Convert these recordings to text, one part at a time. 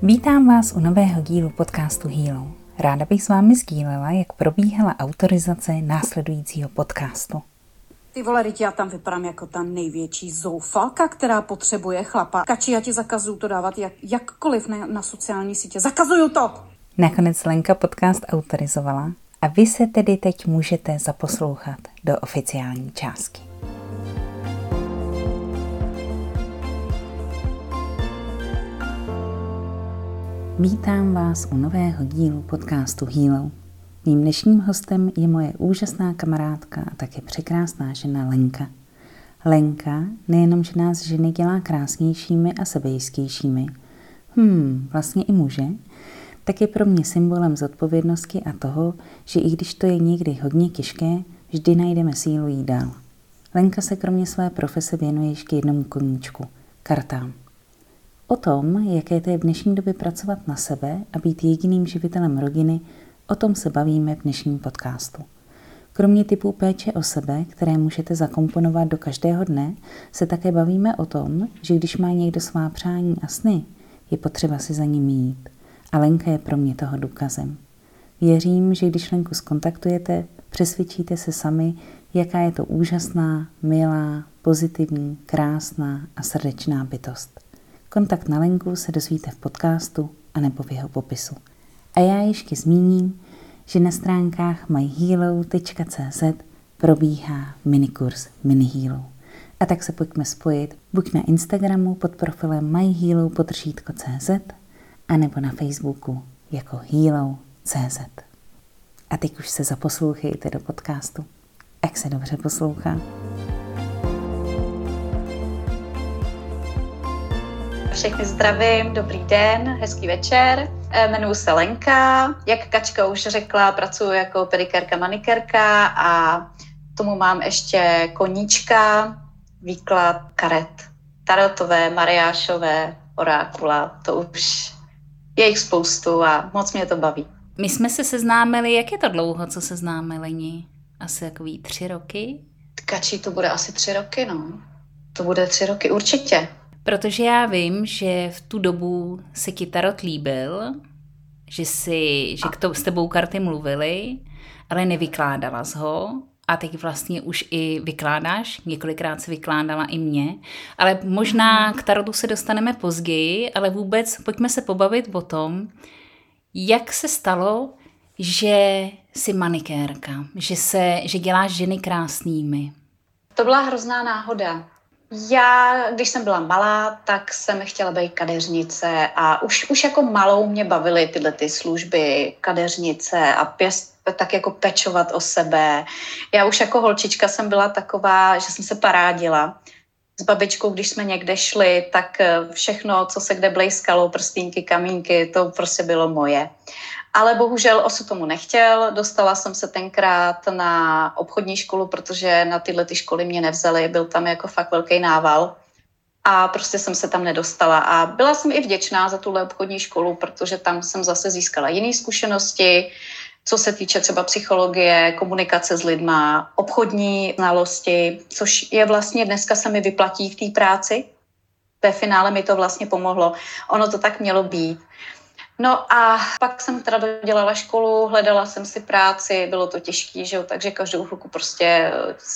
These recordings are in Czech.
Vítám vás u nového dílu podcastu Healo. Ráda bych s vámi sdílela, jak probíhala autorizace následujícího podcastu. Ty vole, teď já tam vypadám jako ta největší zoufalka, která potřebuje chlapa. Kači, já ti zakazuju to dávat jakkoliv na sociální sítě. Zakazuju to! Nakonec Lenka podcast autorizovala a vy se tedy teď můžete zaposlouchat do oficiální částky. Vítám vás u nového dílu podcastu Healo. Mým dnešním hostem je moje úžasná kamarádka a také překrásná žena Lenka. Lenka nejenom, že nás ženy dělá krásnějšími a sebejistějšími, vlastně i muže, tak je pro mě symbolem zodpovědnosti a toho, že i když to je někdy hodně těžké, vždy najdeme sílu jít dál. Lenka se kromě své profese věnuje ještě jednomu koníčku – kartám. O tom, jaké to je v dnešní době pracovat na sebe a být jediným živitelem rodiny, o tom se bavíme v dnešním podcastu. Kromě typů péče o sebe, které můžete zakomponovat do každého dne, se také bavíme o tom, že když má někdo svá přání a sny, je potřeba si za nimi jít. A Lenka je pro mě toho důkazem. Věřím, že když Lenku zkontaktujete, přesvědčíte se sami, jaká je to úžasná, milá, pozitivní, krásná a srdečná bytost. Kontakt na Lenku se dozvíte v podcastu anebo v jeho popisu. A já ještě zmíním, že na stránkách myhealo.cz probíhá minikurs Mini Healo. A tak se pojďme spojit buď na Instagramu pod profilem myhealo_cz anebo na Facebooku jako healo.cz. A teď už se zaposlouchejte do podcastu. Ať se dobře poslouchá. Všechny zdravím, dobrý den, hezký večer. Jmenuji se Lenka, jak Kačka už řekla, pracuji jako pedikérka, manikérka a tomu mám ještě koníčka, výklad karet. Tarotové, mariášové, orákula, to už je jich spoustu a moc mě to baví. My jsme se seznámili, jak je to dlouho, co se známe, Leni? Asi takový 3 roky? Kačí, to bude asi 3 roky, no. To bude 3 roky, určitě. Protože já vím, že v tu dobu se ti tarot líbil, že s tebou karty mluvily, ale nevykládala jsi ho a teď vlastně už i vykládáš, několikrát se vykládala i mě, ale možná k tarotu se dostaneme později, ale vůbec pojďme se pobavit o tom, jak se stalo, že jsi manikérka, že děláš ženy krásnými. To byla hrozná náhoda. Já, když jsem byla malá, tak jsem chtěla být kadeřnice a už jako malou mě bavily tyhle ty služby, kadeřnice a tak jako pečovat o sebe. Já už jako holčička jsem byla taková, že jsem se parádila. S babičkou, když jsme někde šli, tak všechno, co se kde blejskalo, prstínky, kamínky, to prostě bylo moje. Ale bohužel osud tomu nechtěl, dostala jsem se tenkrát na obchodní školu, protože na tyhle ty školy mě nevzali, byl tam jako fakt velký nával a prostě jsem se tam nedostala a byla jsem i vděčná za tuhle obchodní školu, protože tam jsem zase získala jiné zkušenosti, co se týče třeba psychologie, komunikace s lidma, obchodní znalosti, což je vlastně dneska se mi vyplatí v té práci. Ve finále mi to vlastně pomohlo, ono to tak mělo být. No a pak jsem teda dodělala školu, hledala jsem si práci, bylo to těžký, že jo, takže každou chvilku prostě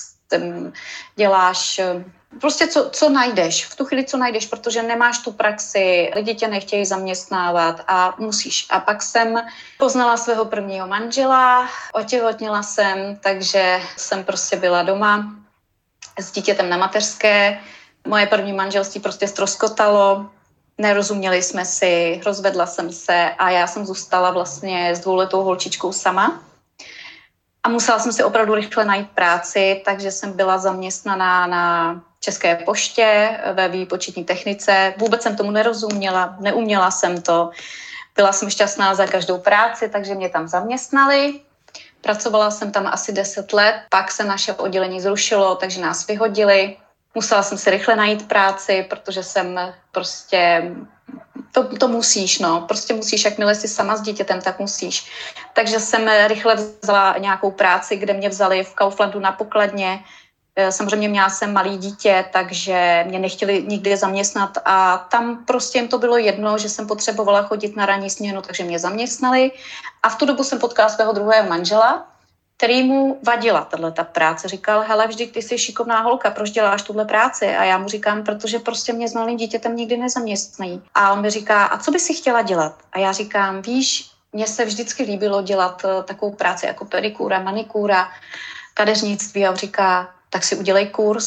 děláš prostě co najdeš, v tu chvíli co najdeš, protože nemáš tu praxi, lidi tě nechtějí zaměstnávat a musíš. A pak jsem poznala svého prvního manžela, otěhotněla jsem, takže jsem prostě byla doma s dítětem na mateřské. Moje první manželství prostě ztroskotalo. Nerozuměli jsme si, rozvedla jsem se a já jsem zůstala vlastně s 2letou holčičkou sama. A musela jsem si opravdu rychle najít práci, takže jsem byla zaměstnaná na České poště ve výpočetní technice. Vůbec jsem tomu nerozuměla, neuměla jsem to. Byla jsem šťastná za každou práci, takže mě tam zaměstnali. Pracovala jsem tam asi 10 let, pak se naše oddělení zrušilo, takže nás vyhodili. Musela jsem si rychle najít práci, protože jsem prostě, to musíš, no, prostě musíš, jakmile jsi sama s dítětem, tak musíš. Takže jsem rychle vzala nějakou práci, kde mě vzali v Kauflandu na pokladně, Samozřejmě měla jsem malý dítě, takže mě nechtěli nikdy zaměstnat a tam prostě jim to bylo jedno, že jsem potřebovala chodit na ranní směnu, takže mě zaměstnali. A v tu dobu jsem potkala svého druhého manžela, který mu vadila tato práce. Říkal, hele, vždyť ty jsi šikovná holka, proč děláš tuhle práci? A já mu říkám, protože prostě mě s malým dítětem nikdy nezaměstnají. A on mi říká, a co by si chtěla dělat? A já říkám, víš, mně se vždycky líbilo dělat takovou práci jako pedikúra, manikúra, kadeřnictví. A on říká, tak si udělej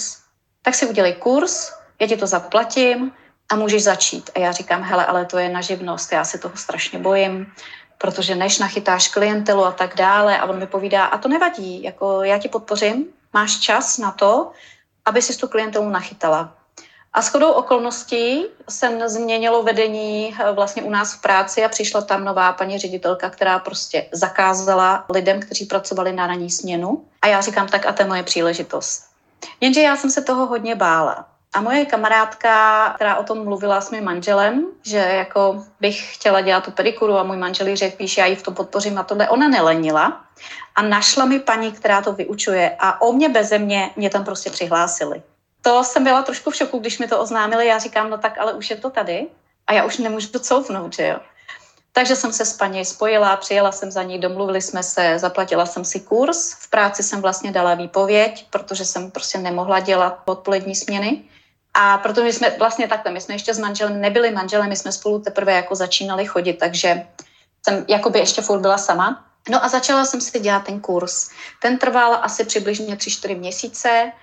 kurz, já ti to zaplatím a můžeš začít. A já říkám, hele, ale to je na živnost, já se toho strašně bojím, protože než nachytáš klientelu a tak dále. A on mi povídá, a to nevadí, jako já ti podpořím, máš čas na to, aby si tu klientelu nachytala. A shodou okolností jsem změnilo vedení vlastně u nás v práci a přišla tam nová paní ředitelka, která prostě zakázala lidem, kteří pracovali na ranní směnu. A já říkám, tak a to je moje příležitost. Jenže já jsem se toho hodně bála. A moje kamarádka, která o tom mluvila s mým manželem, že jako bych chtěla dělat tu pedikuru a můj manžel jí řekl, víš, já ji v tom podpořím a tohle, ona nelenila a našla mi paní, která to vyučuje a o mě beze mě tam prostě přihlásili. To jsem byla trošku v šoku, když mi to oznámili, já říkám, no tak ale už je to tady a já už nemůžu docouvnout, že jo. Takže jsem se s paní spojila, přijela jsem za ní, domluvili jsme se, zaplatila jsem si kurz, v práci jsem vlastně dala výpověď, protože jsem prostě nemohla dělat odpolední směny. A protože my jsme vlastně takhle, my jsme ještě s manželem nebyli manželem, my jsme spolu teprve jako začínali chodit, takže jsem jakoby ještě furt byla sama. No a začala jsem si dělat ten kurz. Ten trval asi přibližně 3-4 měsíce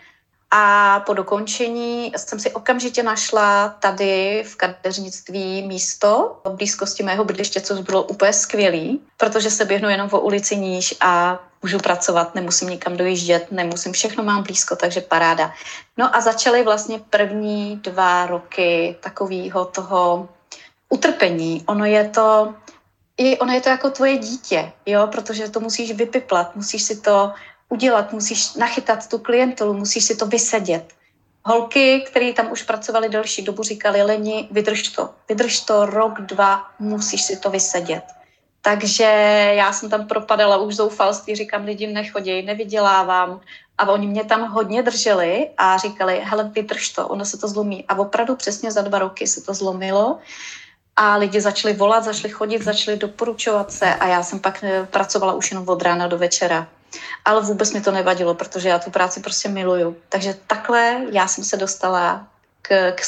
a po dokončení jsem si okamžitě našla tady v kadeřnictví místo v blízkosti mého bydliště, což bylo úplně skvělý, protože se běhnu jenom po ulici níž a můžu pracovat, nemusím nikam dojíždět, nemusím, všechno mám blízko, takže paráda. No a začaly vlastně první 2 roky takového toho utrpení. Ono je to jako tvoje dítě, jo, protože to musíš vypiplat, musíš si to udělat, musíš nachytat tu klientelu, musíš si to vysedět. Holky, které tam už pracovaly delší dobu, říkali, Leni, vydrž to 1-2, musíš si to vysedět. Takže já jsem tam propadala už zoufalství, říkám, lidi nechoděj, nevydělávám. A oni mě tam hodně drželi a říkali, hele, vydrž to, ono se to zlomí. A opravdu přesně za 2 roky se to zlomilo. A lidi začali volat, začali chodit, začali doporučovat se a já jsem pak pracovala už jenom od rána do večera. Ale vůbec mi to nevadilo, protože já tu práci prostě miluju. Takže takhle já jsem se dostala k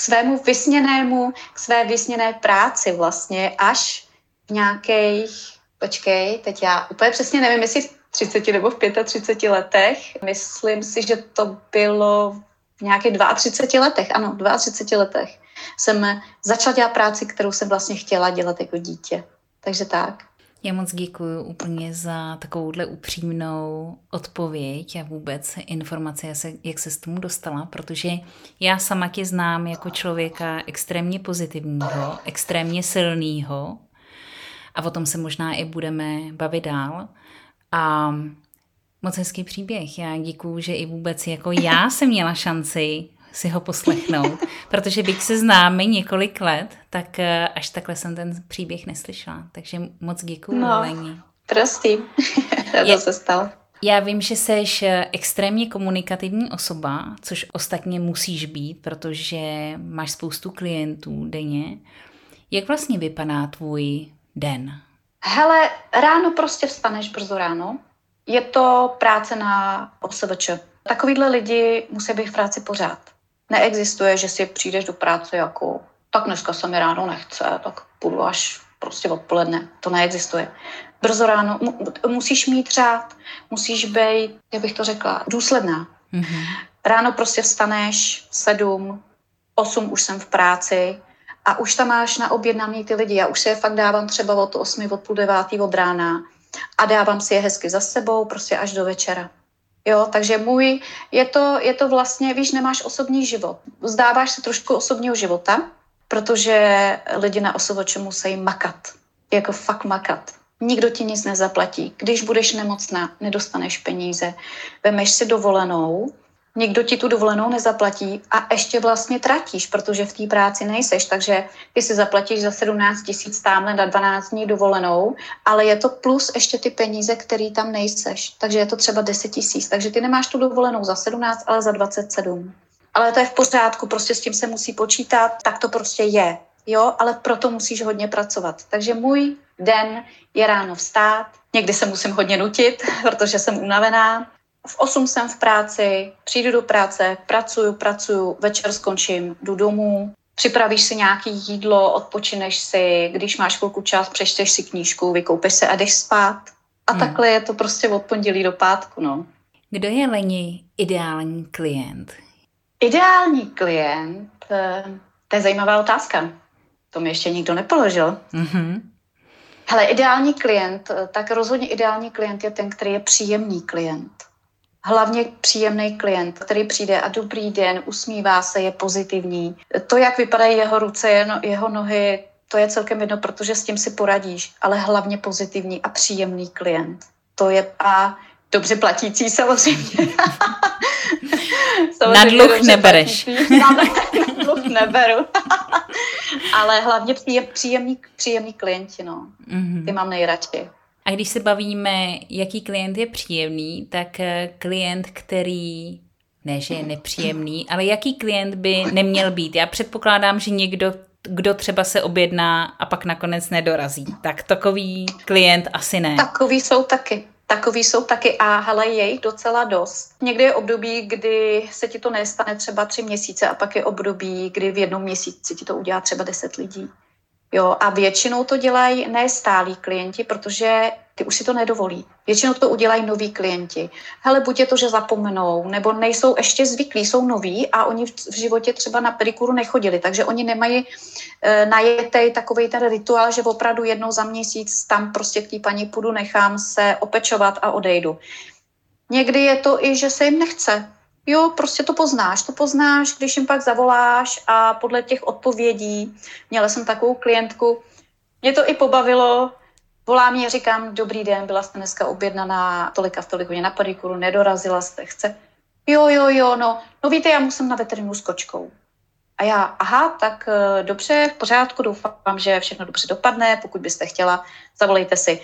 své vysněné práci vlastně až v nějakých, teď já úplně přesně nevím, jestli v 30 nebo v 35 letech. Myslím si, že to bylo v nějakých 32 letech, ano, 32 letech jsem začala dělat práci, kterou jsem vlastně chtěla dělat jako dítě. Takže tak. Já moc děkuji úplně za takovouhle upřímnou odpověď a vůbec informace, jak se s tomu dostala, protože já sama tě znám jako člověka extrémně pozitivního, extrémně silného a o tom se možná i budeme bavit dál. A moc hezký příběh. Já děkuju, že i vůbec jako já jsem měla šanci si ho poslechnout, protože byť se známe několik let, tak až takhle jsem ten příběh neslyšela. Takže moc děkuju, Leni. Prostý. To se stalo. Já vím, že seš extrémně komunikativní osoba, což ostatně musíš být, protože máš spoustu klientů denně. Jak vlastně vypadá tvůj den? Hele, ráno prostě vstaneš brzo ráno. Je to práce na OSVČ. Takovýhle lidi musí být v práci pořád. Neexistuje, že si přijdeš do práce jako, tak dneska se mi ráno nechce, tak půjdu až prostě odpoledne. To neexistuje. Brzo ráno musíš mít řád, musíš být, jak bych to řekla, důsledná. Mm-hmm. Ráno prostě vstaneš 7, 8 už jsem v práci a už tam máš naobjednaný ty lidi. Já už si je fakt dávám třeba od 8, od 8:30 od rána a dávám si je hezky za sebou prostě až do večera. Jo, takže je to vlastně, víš, nemáš osobní život. Vzdáváš se trošku osobního života, protože lidi na OSVČ musí makat. Jako fakt makat. Nikdo ti nic nezaplatí. Když budeš nemocná, nedostaneš peníze. Vemeš si dovolenou nikdo ti tu dovolenou nezaplatí a ještě vlastně tratíš, protože v té práci nejseš, takže ty si zaplatíš za 17 000 tamhle na 12 dní dovolenou, ale je to plus ještě ty peníze, který tam nejseš, takže je to třeba 10 000, takže ty nemáš tu dovolenou za 17, ale za 27. Ale to je v pořádku, prostě s tím se musí počítat, tak to prostě je, jo, ale proto musíš hodně pracovat. Takže můj den je ráno vstát, někdy se musím hodně nutit, protože jsem unavená. V 8 jsem v práci, přijdu do práce, pracuju, večer skončím, jdu domů, připravíš si nějaké jídlo, odpočineš si, když máš chvilku čas, přečteš si knížku, vykoupeš se a jdeš spát. A takhle je to prostě od pondělí do pátku, no. Kdo je, Leni, ideální klient? Ideální klient, to je zajímavá otázka. To mi ještě nikdo nepoložil. Mm-hmm. Hele, ideální klient, tak rozhodně ideální klient je ten, který je příjemný klient. Hlavně příjemný klient, který přijde a dobrý den, usmívá se, je pozitivní. To, jak vypadají jeho ruce, jeho nohy, to je celkem jedno, protože s tím si poradíš, ale hlavně pozitivní a příjemný klient. To je a dobře platící samozřejmě. Na dluh nebereš. Na dluh neberu. Ale hlavně příjemný klienti, no. Mm-hmm. Ty mám nejradši. A když se bavíme, jaký klient je příjemný, tak klient, který, ne, že je nepříjemný, ale jaký klient by neměl být? Já předpokládám, že někdo, kdo třeba se objedná a pak nakonec nedorazí. Tak takový klient asi ne. Takový jsou taky a hele, je jich docela dost. Někdy je období, kdy se ti to nestane třeba 3 měsíce a pak je období, kdy v 1 měsíci ti to udělá třeba 10 lidí. Jo, a většinou to dělají nestálí klienti, protože ty už si to nedovolí. Většinou to udělají noví klienti. Hele, buď je to, že zapomenou, nebo nejsou ještě zvyklí, jsou noví a oni v životě třeba na pedikuru nechodili, takže oni nemají najetej takovej ten rituál, že opravdu jednou za měsíc tam prostě k té paní půjdu, nechám se opečovat a odejdu. Někdy je to i, že se jim nechce. Jo, prostě to poznáš, když jim pak zavoláš a podle těch odpovědí, měla jsem takovou klientku, mě to i pobavilo, volá mě, říkám, dobrý den, byla jste dneska objednaná tolika v tolik hodin na pedikuru, nedorazila jste, chce. Jo, no víte, já musím na veterinu s kočkou. A já, aha, tak dobře, v pořádku, doufám, že všechno dobře dopadne, pokud byste chtěla, zavolejte si.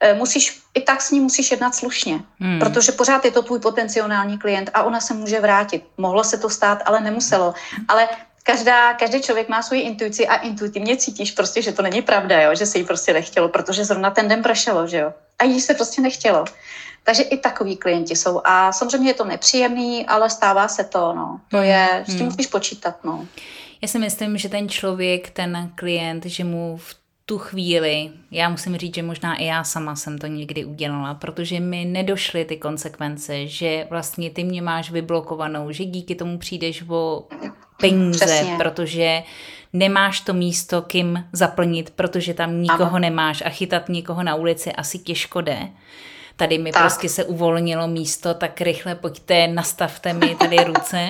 I tak s ním musíš jednat slušně, protože pořád je to tvůj potenciální klient a ona se může vrátit. Mohlo se to stát, ale nemuselo. Ale každý člověk má svoji intuici a intuitivně cítíš prostě, že to není pravda, jo? Že se jí prostě nechtělo, protože zrovna ten den pršelo, že jo. A jí se prostě nechtělo. Takže i takový klienti jsou. A samozřejmě je to nepříjemný, ale stává se to, no. To je, s tím musíš počítat, no. Já si myslím, že ten člověk, ten klient, že mu v tu chvíli, já musím říct, že možná i já sama jsem to někdy udělala, protože mi nedošly ty konsekvence, že vlastně ty mě máš vyblokovanou, že díky tomu přijdeš o peníze, Přesně. Protože nemáš to místo, kým zaplnit, protože tam nikoho nemáš a chytat někoho na ulici asi těžko jde. Tady mi prostě se uvolnilo místo, tak rychle pojďte, nastavte mi tady ruce.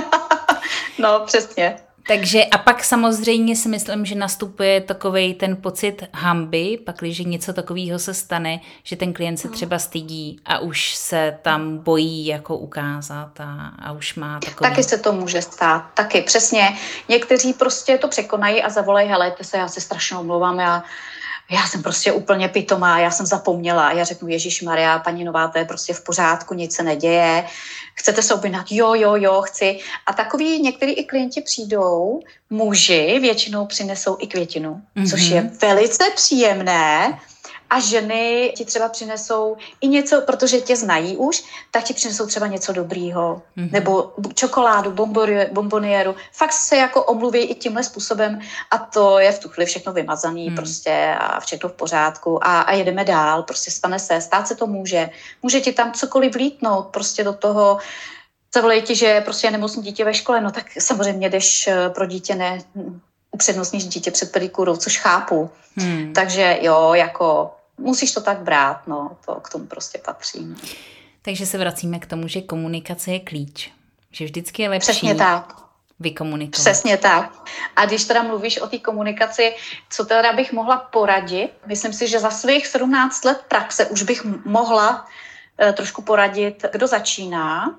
No, přesně. Takže a pak samozřejmě si myslím, že nastupuje takovej ten pocit hanby, pakliže něco takového se stane, že ten klient se třeba stydí a už se tam bojí jako ukázat a už má takový... Taky se to může stát, taky přesně. Někteří prostě to překonají a zavolají, helejte se, já se strašně omlouvám, já jsem prostě úplně pitomá, já jsem zapomněla a já řeknu, Ježišmarja, paní Nová, to je prostě v pořádku, nic se neděje, chcete se objednat? Jo, chci. A takový některý i klienti přijdou, muži většinou přinesou i květinu, což je velice příjemné. A ženy ti třeba přinesou i něco, protože tě znají už, tak ti přinesou třeba něco dobrýho, nebo čokoládu, bomboniéru. Fakt se jako omluví i tímhle způsobem a to je v tu chvíli všechno vymazaný prostě a všechno v pořádku a jedeme dál, prostě stát se to může. Může ti tam cokoliv vlítnout prostě do toho, zavolají ti, že prostě je nemocné dítě ve škole, no tak samozřejmě jdeš pro dítě, upřednostníš dítě před pedikurou, což chápu. Takže jo, jako musíš to tak brát, no, to k tomu prostě patří. No. Takže se vracíme k tomu, že komunikace je klíč. Že vždycky je lepší Přesně tak. Vykomunikovat. Přesně tak. A když teda mluvíš o té komunikaci, co teda bych mohla poradit? Myslím si, že za svých 17 let praxe už bych mohla trošku poradit, kdo začíná.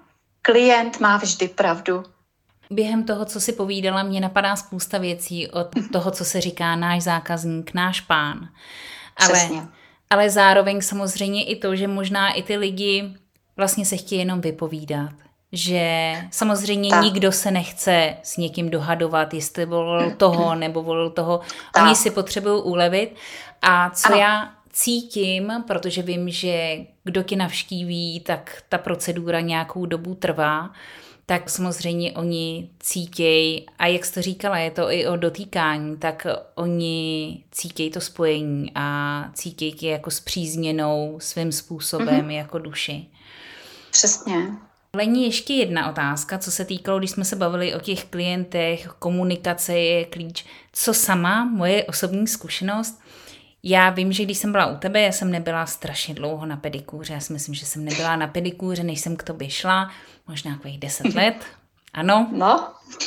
klient má vždy pravdu. Během toho, co si povídala, mě napadá spousta věcí od toho, co se říká náš zákazník, náš pán. Ale zároveň samozřejmě i to, že možná i ty lidi vlastně se chtějí jenom vypovídat. Že samozřejmě nikdo se nechce s někým dohadovat, jestli volil toho nebo volil toho. Oni si potřebují ulevit. A co já cítím, protože vím, že kdo tě navštíví, tak ta procedura nějakou dobu trvá, tak samozřejmě oni cítějí, a jak jsi to říkala, je to i o dotýkání, tak oni cítějí to spojení a cítějí tě jako spřízněnou svým způsobem jako duši. Přesně. Leni, ještě jedna otázka, co se týkalo, když jsme se bavili o těch klientech, komunikace je klíč. Co sama, moje osobní zkušenost, já vím, že když jsem byla u tebe, já jsem nebyla strašně dlouho na pedikúře, já si myslím, že jsem nebyla na pedikúře, než jsem k tobě šla, možná takových 10 let, ano. No.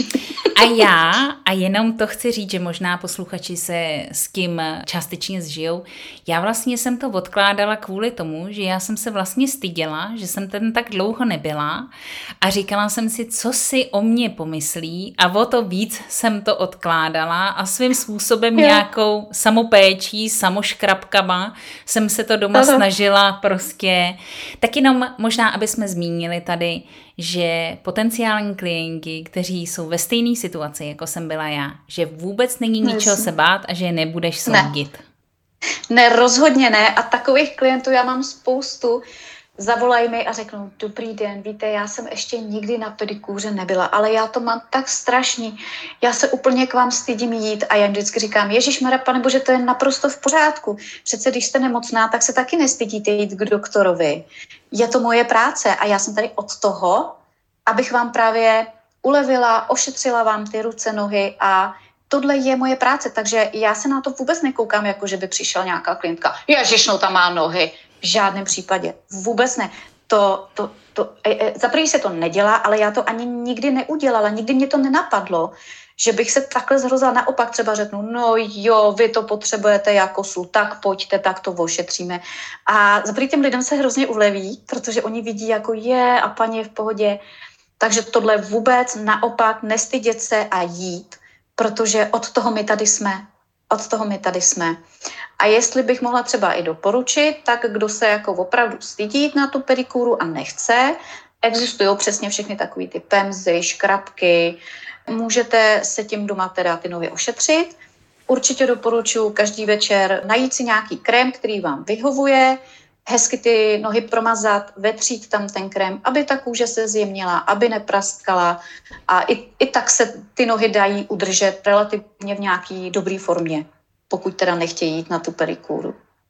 A jenom to chci říct, že možná posluchači se s tím částečně zžijou. Já vlastně jsem to odkládala kvůli tomu, že já jsem se vlastně styděla, že jsem ten tak dlouho nebyla a říkala jsem si, co si o mě pomyslí, a o to víc jsem to odkládala a svým způsobem nějakou samopéčí, samoškrabkama jsem se to doma snažila prostě. Tak jenom možná, aby jsme zmínili tady, že potenciální klienti, kteří jsou ve stejné situaci, jako jsem byla já, že vůbec není ničeho se bát a že je nebudeš soudit. Ne, rozhodně ne. A takových klientů já mám spoustu. Zavolají mi a řeknou, dobrý den, víte, já jsem ještě nikdy na pedikúře nebyla, ale já to mám tak strašný. Já se úplně k vám stydím jít a já jim vždycky říkám, Ježišmarja, panebože, to je naprosto v pořádku. Přece když jste nemocná, tak se taky nestydíte jít k doktorovi. Je to moje práce a já jsem tady od toho, abych vám právě ulevila, ošetřila vám ty ruce, nohy a tohle je moje práce, takže já se na to vůbec nekoukám, jako že by přišla nějaká klientka. Ježiš, no tam má nohy. V žádném případě. Vůbec ne. Za první se to nedělá, ale já to ani nikdy neudělala. Nikdy mě to nenapadlo, že bych se takhle zhrozila. Naopak třeba řeknu, no jo, vy to potřebujete jako sůl, tak pojďte, tak to ošetříme. A za první těm lidem se hrozně uleví, protože oni vidí, jako je a paní je v pohodě. Takže tohle vůbec naopak nestydět se a jít, protože od toho my tady jsme. A jestli bych mohla třeba i doporučit, tak kdo se jako opravdu stydí jít na tu pedikúru a nechce, existují přesně všechny takový ty pemzy, škrabky, můžete se tím doma teda ty nohy ošetřit. Určitě doporučuji každý večer najít si nějaký krém, který vám vyhovuje, hezky ty nohy promazat, vetřít tam ten krém, aby ta kůže se zjemnila, aby nepraskala a i tak se ty nohy dají udržet relativně v nějaký dobrý formě, pokud teda nechtějí jít na tu pedikúru.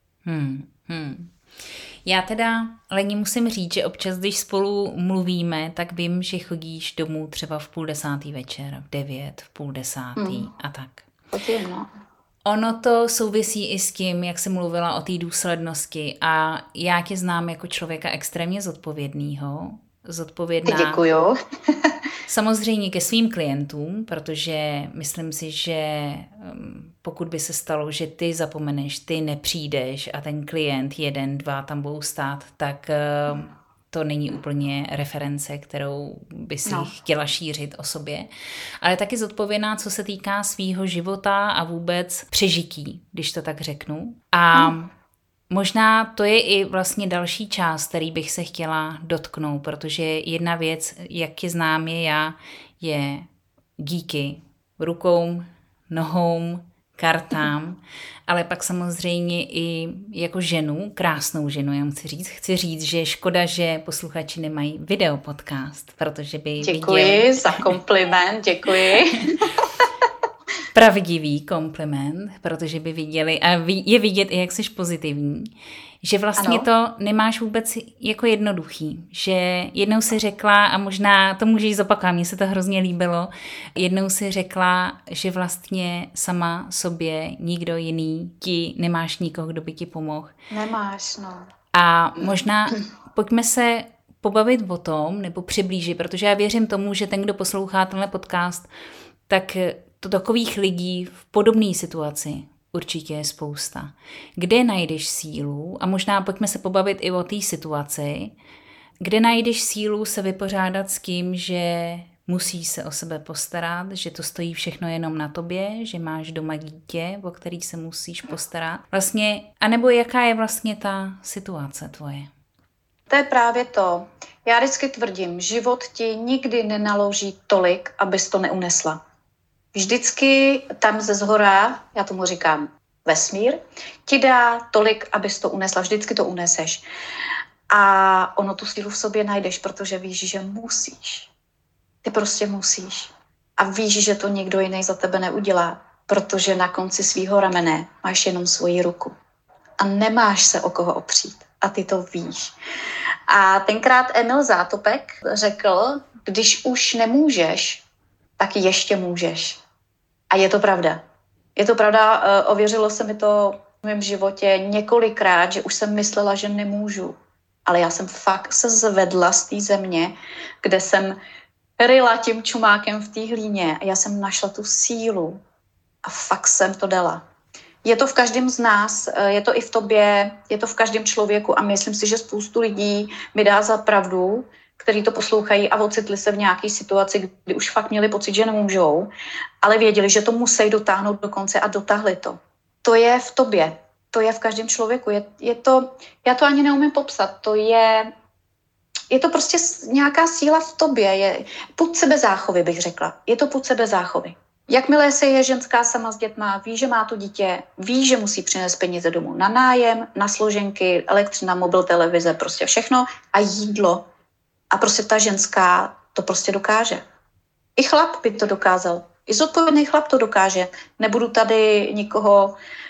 Já teda, Leni, musím říct, že občas, když spolu mluvíme, tak vím, že chodíš domů třeba v 9:30 večer, v 9, v 9:30 a tak. Ono to souvisí i s tím, jak jsi mluvila o té důslednosti a já tě znám jako člověka extrémně zodpovědná. Děkuju. Samozřejmě ke svým klientům, protože myslím si, že pokud by se stalo, že ty zapomeneš, ty nepřijdeš a ten klient 1, 2 tam budou stát, tak to není úplně reference, kterou by si chtěla šířit o sobě. Ale taky zodpovědná, co se týká svýho života a vůbec přežití, když to tak řeknu. A možná to je i vlastně další část, který bych se chtěla dotknout, protože jedna věc, jak tě znám je díky rukou, nohou, kartám, ale pak samozřejmě i jako ženu, krásnou ženu, já chci říct, že je škoda, že posluchači nemají videopodcast, protože by Děkuji za kompliment, děkuji. Pravdivý kompliment, protože by viděli, a je vidět i, jak jsi pozitivní, že vlastně to nemáš vůbec jako jednoduchý, že jednou si řekla, a možná to můžeš zopakovat, mně se to hrozně líbilo, jednou si řekla, že vlastně sama sobě nikdo jiný, nemáš nikoho, kdo by ti pomohl. Nemáš, no. A možná pojďme se pobavit o tom, nebo přiblížit, protože já věřím tomu, že ten, kdo poslouchá tenhle podcast, tak to takových lidí v podobné situaci určitě je spousta. Kde najdeš sílu, a možná pojďme se pobavit i o té situaci, Kde najdeš sílu se vypořádat s tím, že musíš se o sebe postarat, že to stojí všechno jenom na tobě, že máš doma dítě, o který se musíš postarat? Vlastně, anebo jaká je vlastně ta situace tvoje? To je právě to. Já vždycky tvrdím, život ti nikdy nenaloží tolik, abys to neunesla. Vždycky tam ze zhora, já tomu říkám vesmír, ti dá tolik, abys to unesla. Vždycky to uneseš. A ono tu sílu v sobě najdeš, protože víš, že musíš. Ty prostě musíš. A víš, že to nikdo jiný za tebe neudělá, protože na konci svýho ramene máš jenom svoji ruku. A nemáš se o koho opřít. A ty to víš. A tenkrát Emil Zátopek řekl, když už nemůžeš, tak ještě můžeš. A je to pravda. Je to pravda, ověřilo se mi to v mém životě několikrát, že už jsem myslela, že nemůžu. Ale já jsem fakt se zvedla z té země, kde jsem ryla tím čumákem v té hlíně a já jsem našla tu sílu a fakt jsem to dala. Je to v každém z nás, je to i v tobě, je to v každém člověku a myslím si, že spoustu lidí mi dá za pravdu, kteří to poslouchají a ocitli se v nějaké situaci, kdy už fakt měli pocit, že nemůžou, ale věděli, že to musí dotáhnout do konce a dotáhli to. To je v tobě, to je v každém člověku. Je to, já to ani neumím popsat, je to prostě nějaká síla v tobě, je pud sebezáchovy, bych řekla. Je to pud sebezáchovy. Jakmile se je ženská sama s dětma, ví, že má to dítě, ví, že musí přinést peníze domů na nájem, na složenky, elektřina, mobil, televize, prostě všechno a jídlo. A prostě ta ženská to prostě dokáže. I chlap by to dokázal. I zodpovědný chlap to dokáže. Nebudu tady nikoho...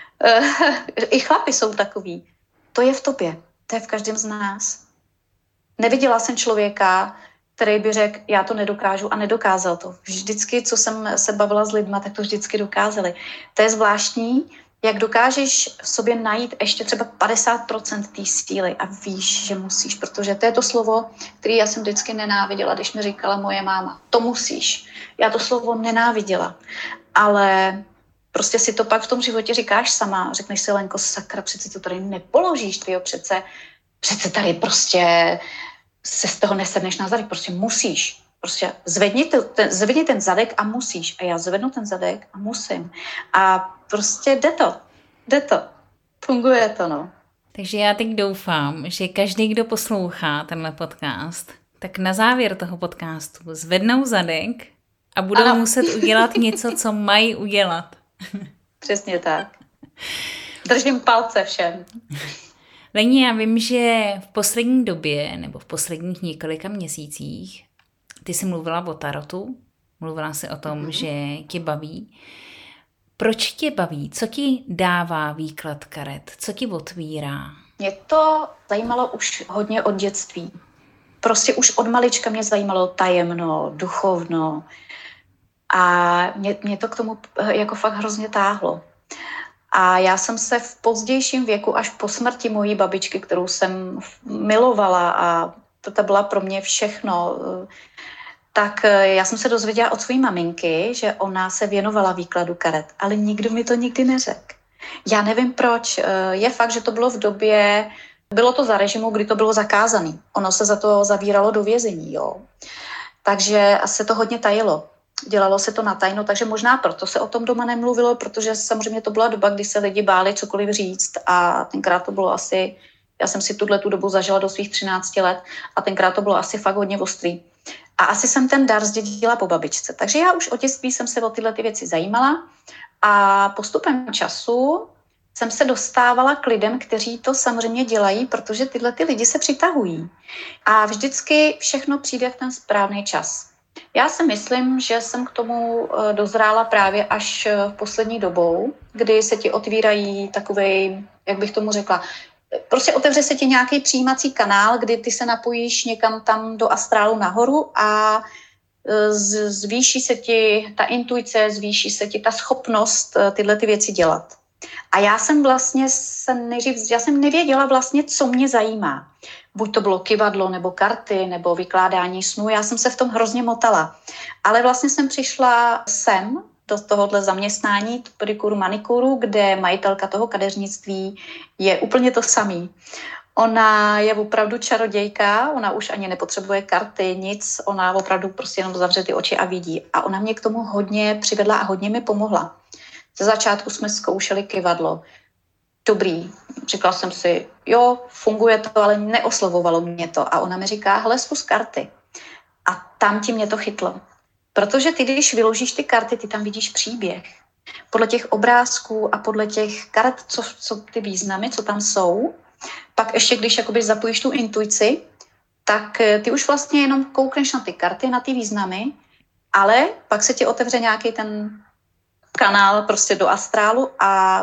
I chlapi jsou takový. To je v tobě. To je v každém z nás. Neviděla jsem člověka, který by řekl, já to nedokážu a nedokázal to. Vždycky, co jsem se bavila s lidma, tak to vždycky dokázali. To je zvláštní, jak dokážeš v sobě najít ještě třeba 50% té síly a víš, že musíš, protože to je to slovo, které já jsem vždycky nenáviděla, když mi říkala moje máma. To musíš. Já to slovo nenáviděla, ale prostě si to pak v tom životě říkáš sama. Řekneš si, Lenko, sakra, přece to tady nepoložíš, tyjo, přece tady prostě se z toho nesedneš na zadek, prostě musíš. Prostě zvedni ten zadek a musíš. A já zvednu ten zadek a musím. A prostě jde to. Funguje to, no. Takže já teď doufám, že každý, kdo poslouchá tenhle podcast, tak na závěr toho podcastu zvednou zadek a budou muset udělat něco, co mají udělat. Přesně tak. Držím palce všem. Leni, já vím, že v poslední době, nebo v posledních několika měsících, ty jsi mluvila o tarotu, mluvila jsi o tom, že tě baví. Proč tě baví? Co ti dává výklad karet? Co ti otvírá? Mě to zajímalo už hodně od dětství. Prostě už od malička mě zajímalo tajemno, duchovno a mě to k tomu jako fakt hrozně táhlo. A já jsem se v pozdějším věku, až po smrti mojí babičky, kterou jsem milovala a to byla pro mě všechno, tak já jsem se dozvěděla od své maminky, že ona se věnovala výkladu karet, ale nikdo mi to nikdy neřekl. Já nevím proč. Je fakt, že to bylo v době, bylo to za režimu, kdy to bylo zakázané. Ono se za to zavíralo do vězení, jo. Takže se to hodně tajilo. Dělalo se to na tajno, takže možná proto se o tom doma nemluvilo, protože samozřejmě to byla doba, kdy se lidi báli cokoliv říct a tenkrát to bylo asi, já jsem si tu dobu zažila do svých 13 let a tenkrát to bylo asi fakt hodně ostrý. A asi jsem ten dar zdědila po babičce. Takže já už od dětství jsem se o tyhle ty věci zajímala a postupem času jsem se dostávala k lidem, kteří to samozřejmě dělají, protože tyhle ty lidi se přitahují. A vždycky všechno přijde v ten správný čas. Já si myslím, že jsem k tomu dozrála právě až v poslední dobou, kdy se ti otvírají takovej, jak bych tomu řekla, prostě otevře se ti nějaký přijímací kanál, kdy ty se napojíš někam tam do astrálu nahoru a zvýší se ti ta intuice, zvýší se ti ta schopnost tyhle ty věci dělat. A já jsem vlastně já jsem nevěděla vlastně, co mě zajímá. Buď to bylo kyvadlo, nebo karty, nebo vykládání snů. Já jsem se v tom hrozně motala. Ale vlastně jsem přišla sem do tohohle zaměstnání, pedikuru, manikuru, kde majitelka toho kadeřnictví je úplně to samý. Ona je opravdu čarodějka, ona už ani nepotřebuje karty, nic, ona opravdu prostě jenom zavře ty oči a vidí. A ona mě k tomu hodně přivedla a hodně mi pomohla. Ze začátku jsme zkoušeli kyvadlo. Dobrý, říkala jsem si, jo, funguje to, ale neoslovovalo mě to. A ona mi říká, hele, zkus karty. A tam ti mě to chytlo. Protože ty, když vyložíš ty karty, ty tam vidíš příběh. Podle těch obrázků a podle těch karet, co ty významy, co tam jsou, pak ještě, když jakoby zapojíš tu intuici, tak ty už vlastně jenom koukneš na ty karty, na ty významy, ale pak se ti otevře nějaký ten kanál prostě do astrálu a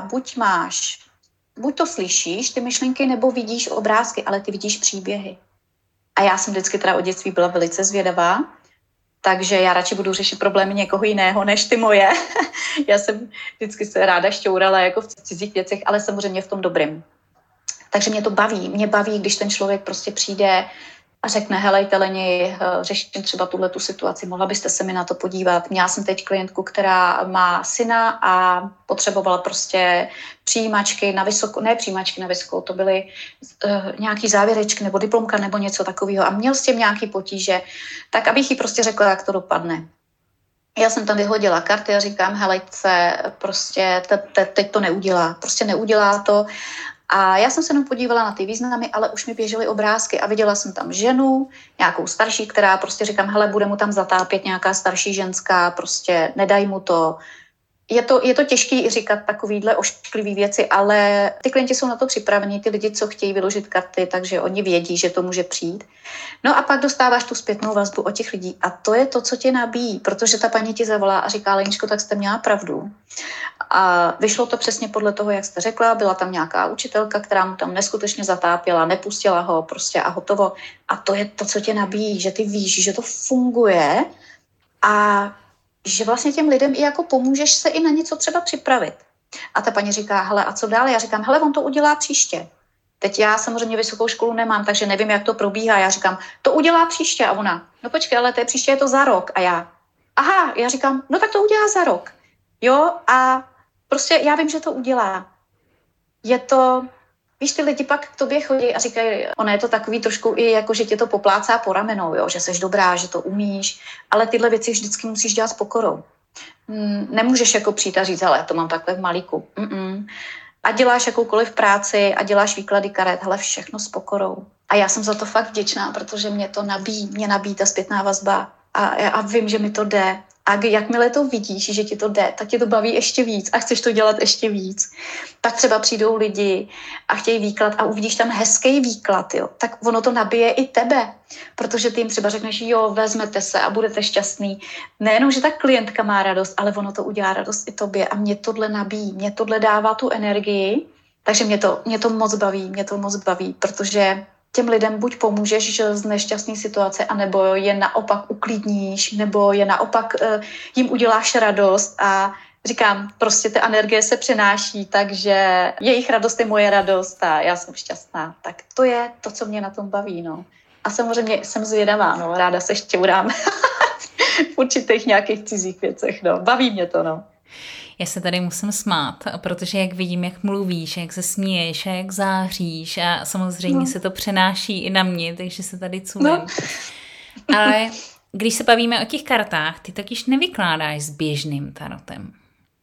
buď to slyšíš, ty myšlenky, nebo vidíš obrázky, ale ty vidíš příběhy. A já jsem vždycky teda od dětství byla velice zvědavá, takže já radši budu řešit problémy někoho jiného, než ty moje. Já jsem vždycky se ráda šťourala jako v cizích věcech, ale samozřejmě v tom dobrým. Takže mě to baví. Mě baví, když ten člověk prostě přijde a řekne, helejte Leni, řeším třeba tuhletu situaci, mohla byste se mi na to podívat. Měla jsem teď klientku, která má syna a potřebovala prostě přijímačky na vysokou, ne přijímačky na vysokou, to byly nějaký závěrečky nebo diplomka nebo něco takového a měl s tím nějaký potíže, tak abych jí prostě řekla, jak to dopadne. Já jsem tam vyhodila karty a říkám, helejte, prostě teď to neudělá, prostě neudělá to. A já jsem se jenom podívala na ty významy, ale už mi běžely obrázky a viděla jsem tam ženu, nějakou starší, která prostě říkám, hele, bude mu tam zatápět nějaká starší ženská, prostě nedaj mu to. Je to těžké i říkat takovýhle ošklivý věci, ale ty klienti jsou na to připravení, ty lidi, co chtějí vyložit karty, takže oni vědí, že to může přijít. No a pak dostáváš tu zpětnou vazbu od těch lidí a to je to, co tě nabíjí, protože ta paní ti zavolá a říká, Leničko, tak jste měla pravdu. A vyšlo to přesně podle toho, jak jste řekla, byla tam nějaká učitelka, která mu tam neskutečně zatápěla, nepustila ho prostě a hotovo. A to je to, co tě nabíjí, že ty víš, že to funguje a že vlastně těm lidem i jako pomůžeš se i na něco třeba připravit. A ta paní říká, hele, a co dál? Já říkám, hele, on to udělá příště. Teď já samozřejmě vysokou školu nemám, takže nevím, jak to probíhá. Já říkám, to udělá příště. A ona, no počkej, ale příště je to za rok. A já říkám, no tak to udělá za rok. Jo, a prostě já vím, že to udělá. Je to, víš, ty lidi pak k tobě chodí a říkají, ono je to takový trošku i jako, že tě to poplácá po ramenou, jo, že seš dobrá, že to umíš, ale tyhle věci vždycky musíš dělat s pokorou. Nemůžeš jako přijít a říct, hele, to mám takhle v malíku. A děláš jakoukoliv práci a děláš výklady karet, hele, všechno s pokorou. A já jsem za to fakt vděčná, protože mě to nabíjí ta zpětná vazba a vím, že mi to jde. A jakmile to vidíš, že ti to jde, tak tě to baví ještě víc a chceš to dělat ještě víc. Pak třeba přijdou lidi a chtějí výklad a uvidíš tam hezký výklad, jo, tak ono to nabije i tebe, protože ty jim třeba řekneš, jo, vezmete se a budete šťastný. Nejenom, že ta klientka má radost, ale ono to udělá radost i tobě a mě tohle nabíjí, mě tohle dává tu energii, takže mě to moc baví, protože těm lidem buď pomůžeš z nešťastné situace, anebo je naopak uklidníš, nebo je naopak jim uděláš radost a říkám, prostě ta energie se přenáší, takže jejich radost je moje radost a já jsem šťastná. Tak to je to, co mě na tom baví, no. A samozřejmě jsem zvědavá, no, ráda se šťourám v určitých nějakých cizích věcech, no. Baví mě to, no. Já se tady musím smát, protože jak vidím, jak mluvíš, jak se směješ, jak záříš a samozřejmě se to přenáší i na mě, takže se tady culím. No. Ale když se bavíme o těch kartách, ty takyž nevykládáš s běžným tarotem.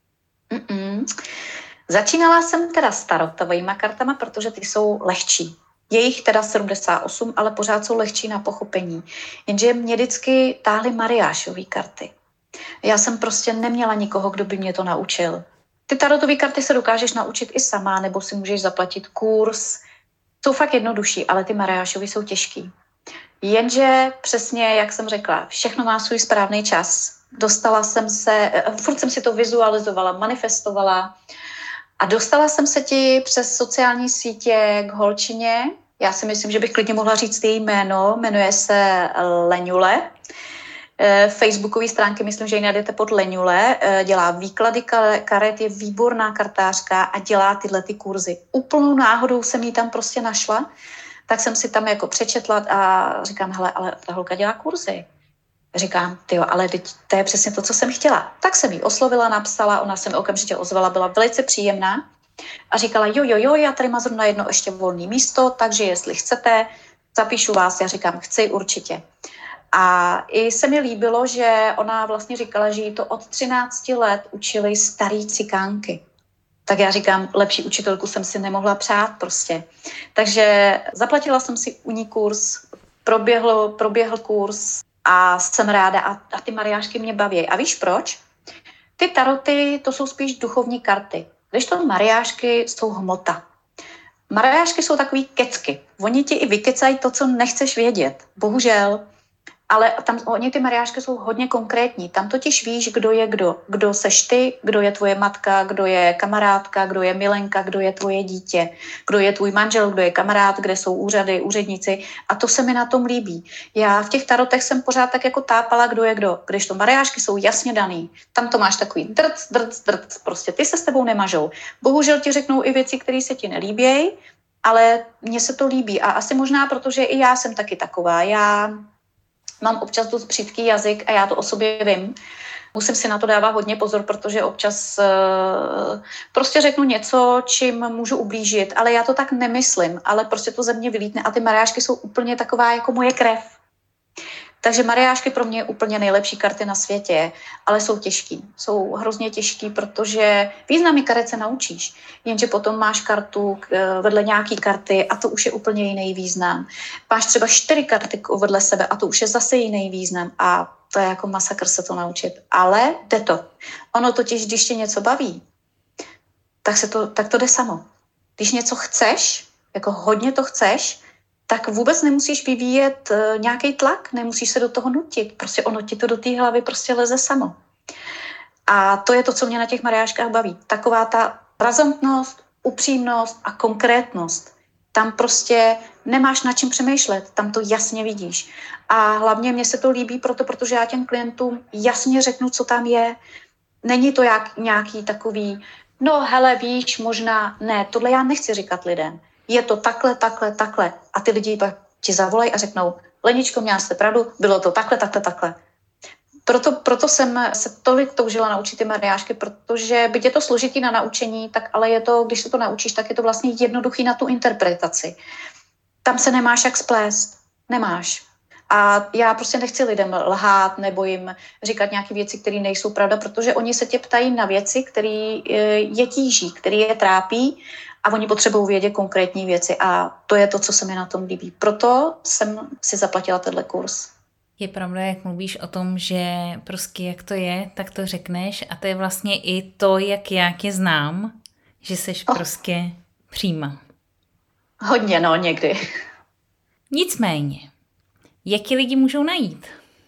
Začínala jsem teda s tarotovými kartama, protože ty jsou lehčí. Je jich teda 78, ale pořád jsou lehčí na pochopení. Jenže mě vždycky táhly Mariášový karty. Já jsem prostě neměla nikoho, kdo by mě to naučil. Ty tarotové karty se dokážeš naučit i sama, nebo si můžeš zaplatit kurz. Jsou fakt jednodušší, ale ty Mariášovy jsou těžký. Jenže přesně, jak jsem řekla, všechno má svůj správný čas. Dostala jsem se, furt jsem si to vizualizovala, manifestovala a dostala jsem se ti přes sociální sítě k holčině. Já si myslím, že bych klidně mohla říct její jméno. Jmenuje se Leňule. Facebookové stránky, myslím, že ji najdete pod Leňule, dělá výklady karet, je výborná kartářka a dělá tyhle ty kurzy. Úplnou náhodou jsem ji tam prostě našla, tak jsem si tam jako přečetla a říkám, hele, ale ta holka dělá kurzy. Říkám, tyjo, ale to je přesně to, co jsem chtěla. Tak jsem jí oslovila, napsala, ona se mi okamžitě ozvala, byla velice příjemná. A říkala, jo, já tady mám zrovna jedno ještě volné místo, takže jestli chcete, zapíšu vás. Já říkám, chci určitě. A i se mi líbilo, že ona vlastně říkala, že jí to od 13 let učili starý cikánky. Tak já říkám, lepší učitelku jsem si nemohla přát prostě. Takže zaplatila jsem si u ní kurz, proběhl kurz a jsem ráda a ty mariášky mě baví. A víš proč? Ty taroty, to jsou spíš duchovní karty. Kdežto mariášky jsou hmota. Mariášky jsou takový kecky. Oni ti i vykecají to, co nechceš vědět. Bohužel. Ale tam oni ty mariášky jsou hodně konkrétní. Tam totiž víš, kdo je kdo. Kdo seš ty, kdo je tvoje matka, kdo je kamarádka, kdo je milenka, kdo je tvoje dítě, kdo je tvůj manžel, kdo je kamarád, kde jsou úřady, úředníci. A to se mi na tom líbí. Já v těch tarotech jsem pořád tak jako tápala, kdo je kdo. Když to mariášky jsou jasně daný. Tam to máš takový drc. Prostě ty se s tebou nemažou. Bohužel ti řeknou i věci, které se ti nelíbějí, ale mně se to líbí. A asi možná, protože i já jsem taky taková. Já mám občas dost břídký jazyk a já to o sobě vím. Musím si na to dávat hodně pozor, protože občas prostě řeknu něco, čím můžu ublížit, ale já to tak nemyslím, ale prostě to ze mě vylítne a ty mariášky jsou úplně taková jako moje krev. Takže mariášky pro mě je úplně nejlepší karty na světě, ale jsou těžký. Jsou hrozně těžký, protože významy karet se naučíš, jenže potom máš kartu vedle nějaký karty a to už je úplně jiný význam. Máš třeba 4 karty vedle sebe a to už je zase jiný význam a to je jako masakr se to naučit. Ale jde to. Ono totiž, když tě něco baví, tak to jde samo. Když něco chceš, jako hodně to chceš, tak vůbec nemusíš vyvíjet nějaký tlak, nemusíš se do toho nutit. Prostě ono ti to do té hlavy prostě leze samo. A to je to, co mě na těch mariáškách baví. Taková ta razantnost, upřímnost a konkrétnost. Tam prostě nemáš nad čím přemýšlet, tam to jasně vidíš. A hlavně mně se to líbí protože já těm klientům jasně řeknu, co tam je. Není to nějaký takový, no hele, víš, možná ne, tohle já nechci říkat lidem. Je to takhle. A ty lidi ti zavolají a řeknou, Leničko, měla jste pravdu, bylo to takhle. Proto jsem se tolik toužila naučit ty mariášky, protože byť je to složitý na naučení, tak ale je to, když se to naučíš, tak je to vlastně jednoduchý na tu interpretaci. Tam se nemáš jak splést. Nemáš. A já prostě nechci lidem lhát nebo jim říkat nějaké věci, které nejsou pravda, protože oni se tě ptají na věci, které je tíží, které je trápí a oni potřebují vědět konkrétní věci a to je to, co se mi na tom líbí. Proto jsem si zaplatila tenhle kurz. Je pravda, jak mluvíš o tom, že prostě jak to je, tak to řekneš a to je vlastně i to, jak já tě znám, že seš prostě přímá. Hodně, no, někdy. Nicméně, jaký lidi můžou najít?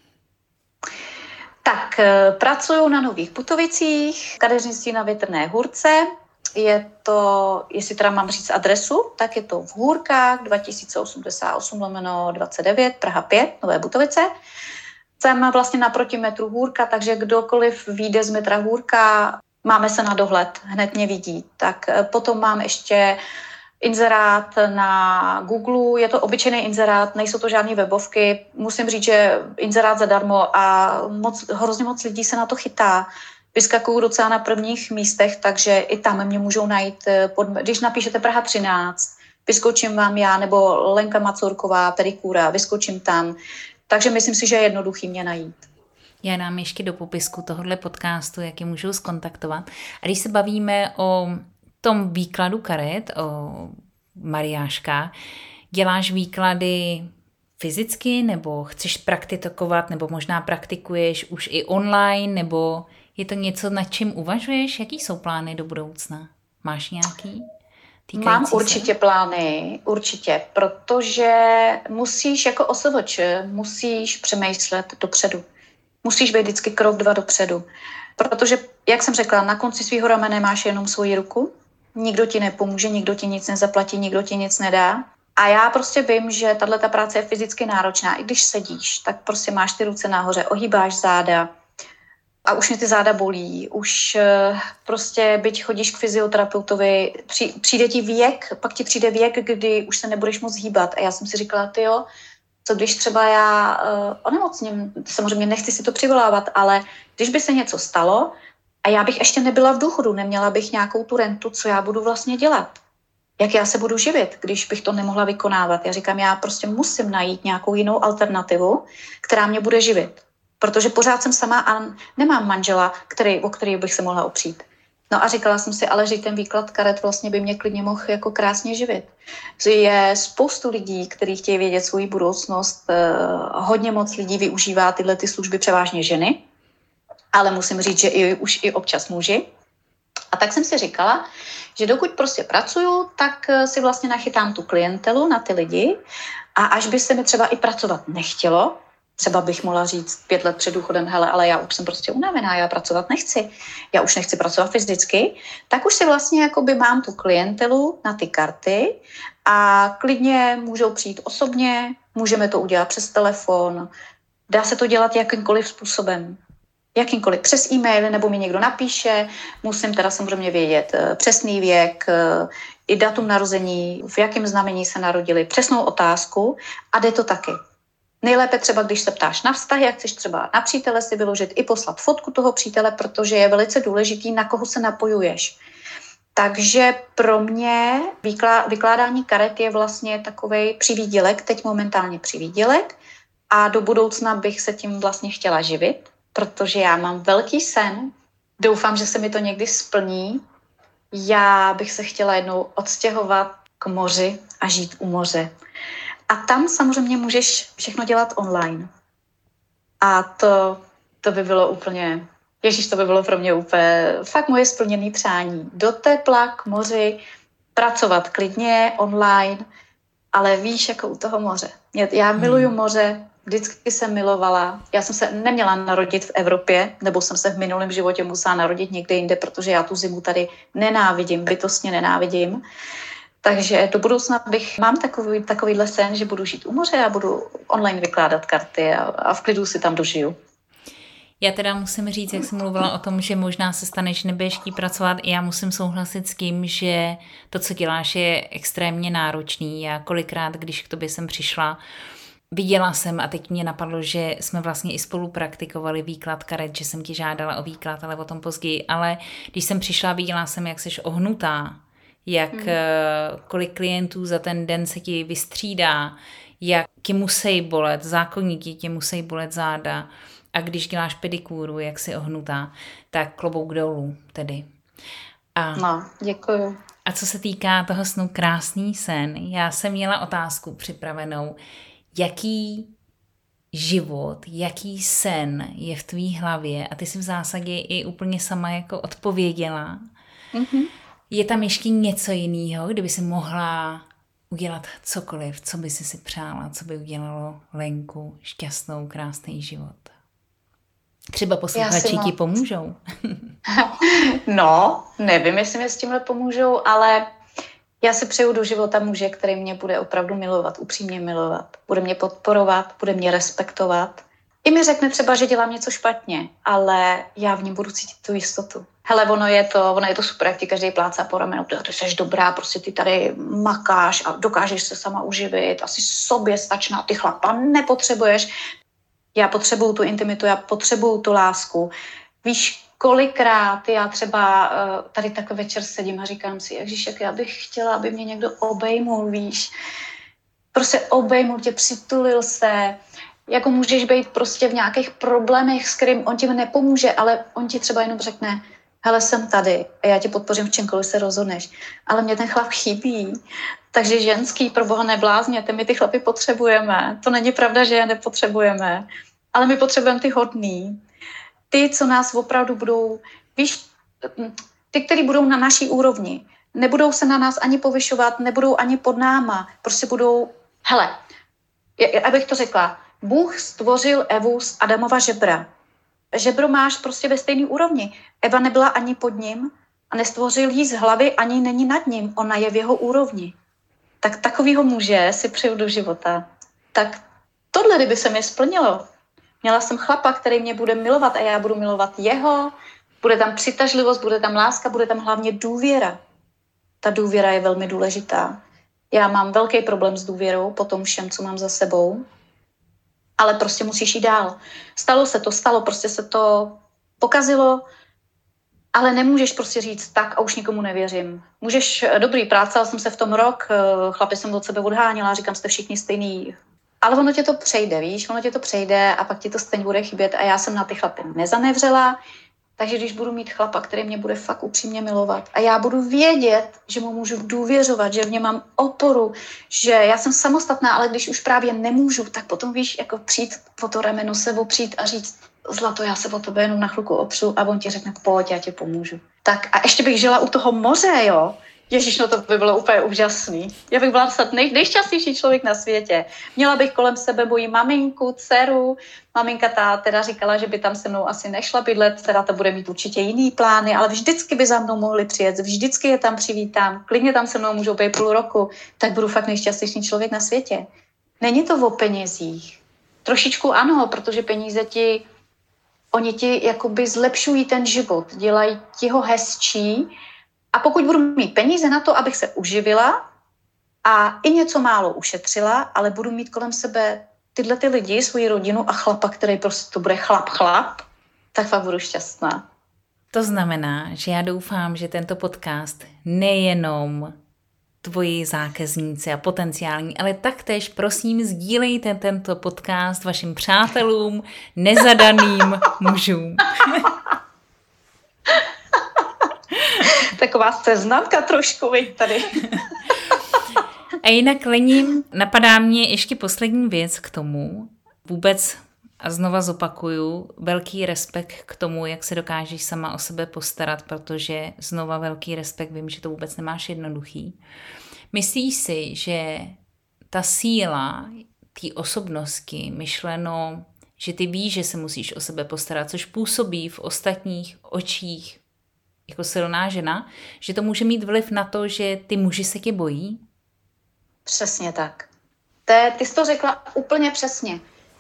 Tak, pracuju na Nových Putovicích, kadeřnictví na Větrné Hůrce. Je to, jestli teda mám říct adresu, tak je to v Hůrkách 2088/29, Praha 5, Nové Butovice. Jsem vlastně naproti metru Hůrka, takže kdokoliv vyjde z metra Hůrka, máme se na dohled, hned mě vidí. Tak potom mám ještě inzerát na Google, je to obyčejný inzerát, nejsou to žádné webovky. Musím říct, že inzerát zadarmo a hrozně moc lidí se na to chytá. Vyskakuju docela na prvních místech, takže i tam mě můžou najít, když napíšete Praha 13, vyskočím vám já, nebo Lenka Macurková, pedikúra, vyskočím tam. Takže myslím si, že je jednoduchý mě najít. Já dám ještě do popisku tohohle podcastu, jak je můžou zkontaktovat. A když se bavíme o tom výkladu karet, o mariáškách, děláš výklady fyzicky, nebo chceš praktikovat, nebo možná praktikuješ už i online, nebo je to něco, nad čím uvažuješ? Jaký jsou plány do budoucna? Máš nějaký? Mám určitě plány, určitě, protože musíš jako OSVČ, musíš přemýšlet dopředu. Musíš být vždycky krok 2 dopředu. Protože, jak jsem řekla, na konci svého ramene máš jenom svoji ruku, nikdo ti nepomůže, nikdo ti nic nezaplatí, nikdo ti nic nedá. A já prostě vím, že tato práce je fyzicky náročná. I když sedíš, tak prostě máš ty ruce nahoře, ohýbáš záda a už mě ty záda bolí. Už prostě, byť chodíš k fyzioterapeutovi, přijde ti věk, pak ti přijde věk, kdy už se nebudeš moc hýbat. A já jsem si říkala, tyjo, co když třeba já onemocním, samozřejmě nechci si to přivolávat, ale když by se něco stalo, A já bych ještě nebyla v důchodu, neměla bych nějakou tu rentu, co já budu vlastně dělat. Jak já se budu živit, když bych to nemohla vykonávat. Já říkám, já prostě musím najít nějakou jinou alternativu, která mě bude živit. Protože pořád jsem sama a nemám manžela, o který bych se mohla opřít. No a říkala jsem si, ale že ten výklad karet vlastně by mě klidně mohl jako krásně živit. Je spoustu lidí, kteří chtějí vědět svou budoucnost. Hodně moc lidí využívá tyhle ty služby, převážně ženy, ale musím říct, že už i občas muži. A tak jsem si říkala, že dokud prostě pracuju, tak si vlastně nachytám tu klientelu na ty lidi a až by se mi třeba i pracovat nechtělo, třeba bych mohla říct 5 let před důchodem, hele, ale já už jsem prostě unavená, já pracovat nechci, já už nechci pracovat fyzicky, tak už si vlastně jakoby mám tu klientelu na ty karty a klidně můžou přijít osobně, můžeme to udělat přes telefon, dá se to dělat jakýmkoliv způsobem. Jakýmkoliv přes e-mail, nebo mi někdo napíše, musím teda samozřejmě vědět přesný věk, i datum narození, v jakém znamení se narodili, přesnou otázku a jde to taky. Nejlépe třeba, když se ptáš na vztahy, jak chceš třeba na přítele si vyložit, i poslat fotku toho přítele, protože je velice důležitý, na koho se napojuješ. Takže pro mě vykládání karet je vlastně takovej přivýdělek, teď momentálně přivýdělek a do budoucna bych se tím vlastně chtěla živit, protože já mám velký sen, doufám, že se mi to někdy splní. Já bych se chtěla jednou odstěhovat k moři a žít u moře. A tam samozřejmě můžeš všechno dělat online. A to by bylo úplně, to by bylo pro mě úplně fakt moje splněné přání. Do tepla, k moři, pracovat klidně online, ale víš, jako u toho moře. Já miluju moře, vždycky jsem milovala. Já jsem se neměla narodit v Evropě, nebo jsem se v minulém životě musela narodit někde jinde, protože já tu zimu tady nenávidím, bytostně nenávidím. Takže do budoucna mám takovýhle sen, že budu žít u moře a budu online vykládat karty a v klidu si tam dožiju. Já teda musím říct, jak jsem mluvila o tom, že možná se stane, že nebudeš chtít pracovat, i já musím souhlasit s tím, že to, co děláš, je extrémně náročný. Já kolikrát, když k tobě jsem přišla, viděla jsem a teď mě napadlo, že jsme vlastně i spolu praktikovali výklad karet, že jsem ti žádala o výklad, ale o tom později. Ale když jsem přišla, viděla jsem, jak jsi ohnutá, kolik klientů za ten den se ti vystřídá, jak ti musí bolet, zákonníky ti musí bolet záda a když děláš pedikúru, jak jsi ohnutá, tak klobouk dolů tedy. No, děkuju. A co se týká toho snu krásný sen, já jsem měla otázku připravenou, jaký život, jaký sen je v tvý hlavě a ty jsi v zásadě i úplně sama jako odpověděla. Mm-hmm. Je tam ještě něco jiného, kdyby si mohla udělat cokoliv, co by si přála, co by udělalo Lenku šťastnou, krásný život? Třeba posluchači ti pomůžou. No, nevím, jestli mi s tímhle pomůžou, ale já si přeju do života muže, který mě bude opravdu milovat, upřímně milovat. Bude mě podporovat, bude mě respektovat. I mi řekne třeba, že dělám něco špatně, ale já v něm budu cítit tu jistotu. Hele, ono je to super, jak ti každý plácá po ramenu, ty jsi dobrá, prostě ty tady makáš a dokážeš se sama uživit, asi soběstačná, ty chlapa nepotřebuješ. Já potřebuju tu intimitu, já potřebuju tu lásku. Víš, kolikrát já třeba tady takový večer sedím a říkám si, ježiš, jak já bych chtěla, aby mě někdo obejmul, víš. Prostě obejmul tě, přitulil se, jako můžeš být prostě v nějakých problémech, s kterým on ti nepomůže, ale on ti třeba jenom řekne, hele, jsem tady a já tě podpořím v čemkoliv se rozhodneš. Ale mě ten chlap chybí. Takže ženský, pro boha neblázněte, my ty chlapy potřebujeme. To není pravda, že je nepotřebujeme. Ale my potřebujeme ty hodný. Ty, co nás opravdu budou, víš, ty, kteří budou na naší úrovni. Nebudou se na nás ani povyšovat, nebudou ani pod náma. Prostě budou, hele, abych to řekla, Bůh stvořil Evu z Adamova žebra. Žebro máš prostě ve stejné úrovni. Eva nebyla ani pod ním a nestvořil jí z hlavy, ani není nad ním. Ona je v jeho úrovni. Tak takovýho muže si přeju do života. Tak tohle, kdyby se mi splnilo. Měla jsem chlapa, který mě bude milovat a já budu milovat jeho. Bude tam přitažlivost, bude tam láska, bude tam hlavně důvěra. Ta důvěra je velmi důležitá. Já mám velký problém s důvěrou po tom všem, co mám za sebou. Ale prostě musíš jít dál. Stalo, prostě se to pokazilo. Ale nemůžeš prostě říct tak a už nikomu nevěřím. Můžeš, dobrý, prácala jsem se v tom rok, chlapi jsem od sebe odháněla, říkám, jste všichni stejný. Ale ono tě to přejde, víš, ono tě to přejde a pak ti to stejně bude chybět a já jsem na ty chlapy nezanevřela, takže když budu mít chlapa, který mě bude fakt upřímně milovat a já budu vědět, že mu můžu důvěřovat, že v něm mám oporu, že já jsem samostatná, ale když už právě nemůžu, tak potom víš, jako přijít po to rameno se opřít a říct, zlato, já se o tebe jenom na chvilku opřu a on ti řekne, pojď, já ti pomůžu. Tak a ještě bych žila u toho moře, jo. Ježiš, no to by bylo úplně úžasný. Já bych byla snad nejšťastnější člověk na světě. Měla bych kolem sebe moji maminku, dceru. Maminka ta teda říkala, že by tam se mnou asi nešla bydlet, dcera ta bude mít určitě jiný plány, ale vždycky by za mnou mohli přijet, vždycky je tam přivítám, klidně tam se mnou můžou být půl roku, tak budu fakt nejšťastnější člověk na světě. Není to o penězích. Trošičku ano, protože peníze oni ti jakoby zlepšují ten život, dělají ti ho hezčí. A pokud budu mít peníze na to, abych se uživila a i něco málo ušetřila, ale budu mít kolem sebe tyhle ty lidi, svoji rodinu a chlapa, který prostě to bude chlap, tak fakt budu šťastná. To znamená, že já doufám, že tento podcast nejenom tvoji zákazníci a potenciální, ale taktéž prosím sdílejte tento podcast vašim přátelům, nezadaným mužům. Taková seznamka trošku, vy tady. A jinak, Leni, napadá mě ještě poslední věc k tomu. Vůbec, a znova zopakuju, velký respekt k tomu, jak se dokážeš sama o sebe postarat, protože znova velký respekt, vím, že to vůbec nemáš jednoduchý. Myslíš si, že ta síla té osobnosti, myšleno, že ty víš, že se musíš o sebe postarat, což působí v ostatních očích jako silná žena, že to může mít vliv na to, že ty muži se tě bojí? Přesně tak. Ty jsi to řekla úplně přesně.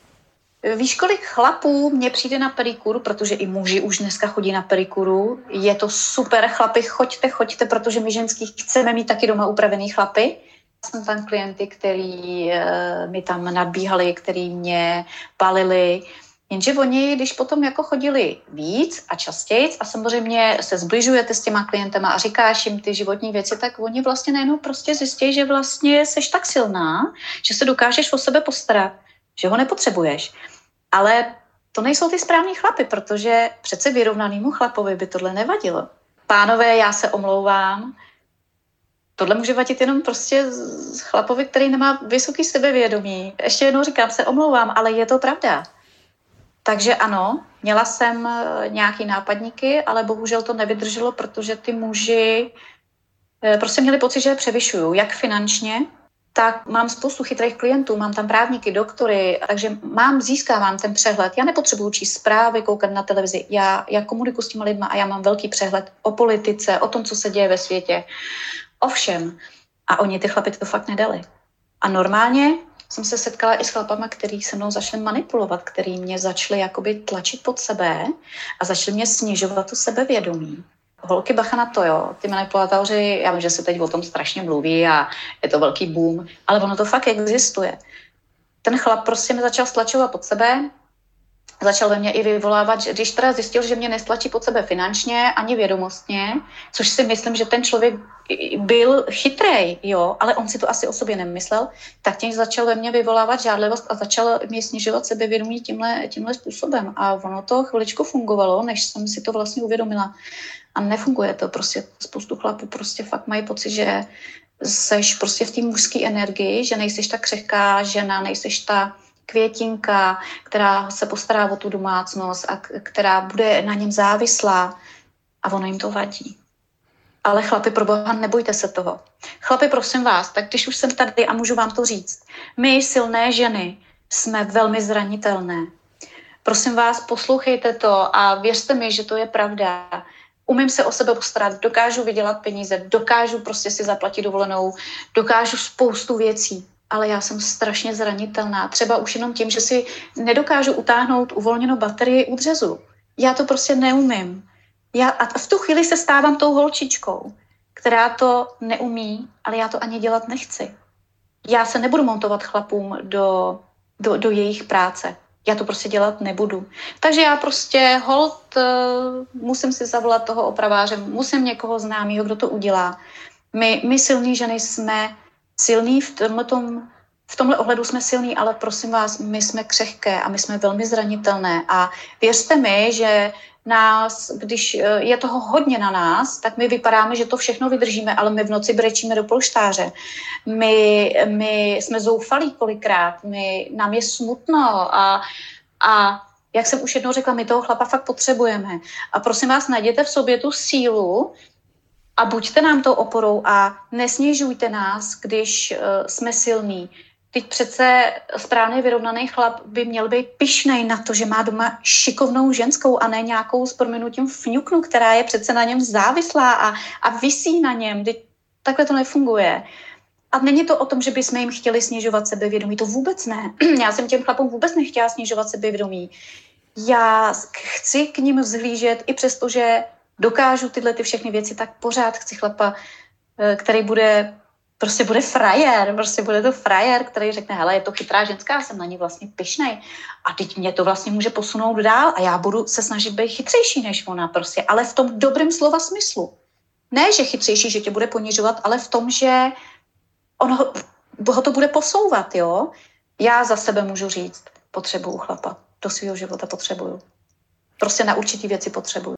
Víš, kolik chlapů mě přijde na pedikuru, protože i muži už dneska chodí na pedikuru. Je to super, chlapi, choďte, protože my ženský chceme mít taky doma upravený chlapy. Jsem tam klienty, který mi tam nadbíhali, který mě palili. Jenže oni, když potom jako chodili víc a častěji a samozřejmě se zbližujete s těma klientama a říkáš jim ty životní věci, tak oni vlastně najednou prostě zjistí, že vlastně seš tak silná, že se dokážeš o sebe postarat, že ho nepotřebuješ. Ale to nejsou ty správní chlapy, protože přece vyrovnanému chlapovi by tohle nevadilo. Pánové, já se omlouvám, tohle může vadit jenom prostě chlapovi, který nemá vysoký sebevědomí. Ještě jednou říkám, se omlouvám, ale je to pravda. Takže ano, měla jsem nějaký nápadníky, ale bohužel to nevydrželo, protože ty muži prostě měli pocit, že je převyšuju, jak finančně, tak mám spoustu chytrých klientů, mám tam právníky, doktory, takže získávám ten přehled. Já nepotřebuji číst zprávy, koukat na televizi, já komunikuji s těma lidma a já mám velký přehled o politice, o tom, co se děje ve světě, o všem. A oni ty chlapi to fakt nedali. A normálně jsem se setkala i s chlapama, který se mnou začali manipulovat, který mě začali jakoby tlačit pod sebe a začali mě snižovat tu sebevědomí. Holky, bacha na to, jo. Ty manipulátoři, já vím, že se teď o tom strašně mluví a je to velký boom, ale ono to fakt existuje. Ten chlap prostě mě začal stlačovat pod sebe, začal ve mně i vyvolávat, že když teda zjistil, že mě nestlačí pod sebe finančně ani vědomostně, což si myslím, že ten člověk byl chytrej, jo, ale on si to asi o sobě nemyslel, tak tím začal ve mně vyvolávat žádlivost a začal mě snižovat sebevědomí tímhle způsobem. A ono to chviličku fungovalo, než jsem si to vlastně uvědomila. A nefunguje to, prostě spoustu chlapů prostě fakt mají pocit, že seš prostě v té mužské energii, že nejseš ta křehká žena, nejseš ta květinka, která se postará o tu domácnost a která bude na něm závislá a ono jim to vadí. Ale chlapi, pro boha, nebojte se toho. Chlapi, prosím vás, tak když už jsem tady a můžu vám to říct, my silné ženy jsme velmi zranitelné. Prosím vás, poslouchejte to a věřte mi, že to je pravda. Umím se o sebe postarat, dokážu vydělat peníze, dokážu prostě si zaplatit dovolenou, dokážu spoustu věcí, ale já jsem strašně zranitelná. Třeba už jenom tím, že si nedokážu utáhnout uvolněnou baterii u dřezu. Já to prostě neumím. A v tu chvíli se stávám tou holčičkou, která to neumí, ale já to ani dělat nechci. Já se nebudu montovat chlapům do jejich práce. Já to prostě dělat nebudu. Takže já prostě holt musím si zavolat toho opraváře, musím někoho známého, kdo to udělá. My silní ženy jsme silní v tomhle ohledu jsme silní, ale prosím vás, my jsme křehké a my jsme velmi zranitelné. A věřte mi, že když je toho hodně na nás, tak my vypadáme, že to všechno vydržíme, ale my v noci brečíme do polštáře. My jsme zoufalí kolikrát, nám je smutno a jak jsem už jednou řekla, my toho chlapa fakt potřebujeme. A prosím vás, najděte v sobě tu sílu a buďte nám tou oporou a nesnižujte nás, když jsme silní. Teď přece správně vyrovnaný chlap by měl být pyšnej na to, že má doma šikovnou ženskou a ne nějakou s prominutím fňuknu, která je přece na něm závislá a visí na něm. Teď takhle to nefunguje. A není to o tom, že bychom jim chtěli snižovat sebevědomí. To vůbec ne. Já jsem těm chlapům vůbec nechtěla snižovat sebevědomí. Já chci k nim vzhlížet i přesto, že dokážu tyhle ty všechny věci, tak pořád chci chlapa, který bude frajer, bude to frajer, který řekne, hele, je to chytrá ženská, jsem na ní vlastně pyšnej a teď mě to vlastně může posunout dál a já budu se snažit být chytřejší než ona prostě, ale v tom dobrém slova smyslu. Ne, že chytřejší, že tě bude ponižovat, ale v tom, že ho to bude posouvat, jo. Já za sebe můžu říct, potřebuju chlapa, do svého života potřebuju. Prostě na určitý věci potřebuju.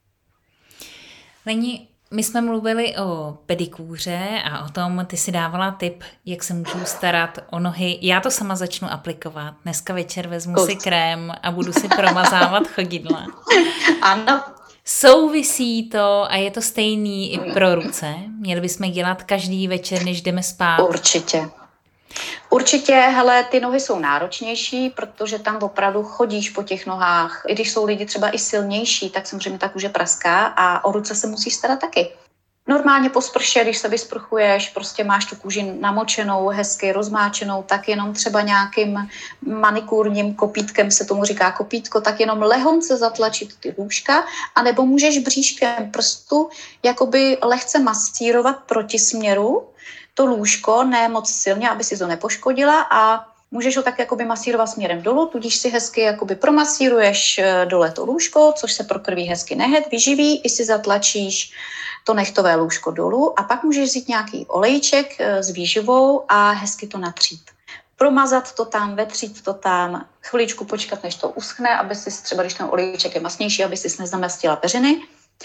Leni, my jsme mluvili o pedikúře a o tom, ty si dávala tip, jak se můžu starat o nohy. Já to sama začnu aplikovat. Dneska večer vezmu si krém a budu si promazávat chodidla. Ano. Souvisí to a je to stejný i pro ruce. Měli bychom dělat každý večer, než jdeme spát. Určitě, hele, ty nohy jsou náročnější, protože tam opravdu chodíš po těch nohách. I když jsou lidi třeba i silnější, tak samozřejmě ta kůže praská a o ruce se musíš starat taky. Normálně po sprše, když se vysprchuješ, prostě máš tu kůži namočenou, hezky rozmáčenou, tak jenom třeba nějakým manikúrním kopítkem, se tomu říká kopítko, tak jenom lehonce zatlačit ty lůžka, anebo můžeš bříškem prstu jakoby lehce masírovat proti směru to lůžko, ne moc silně, aby si to nepoškodila a můžeš ho tak jakoby masírovat směrem dolů, tudíž si hezky jakoby promasíruješ dole to lůžko, což se prokrví hezky nehet, vyživí, i si zatlačíš to nechtové lůžko dolů a pak můžeš vzít nějaký olejček s výživou a hezky to natřít. Promazat to tam, vetřít to tam, chviličku počkat, než to uschne, aby si třeba, když ten olejček je masnější, aby si nezamastila peřiny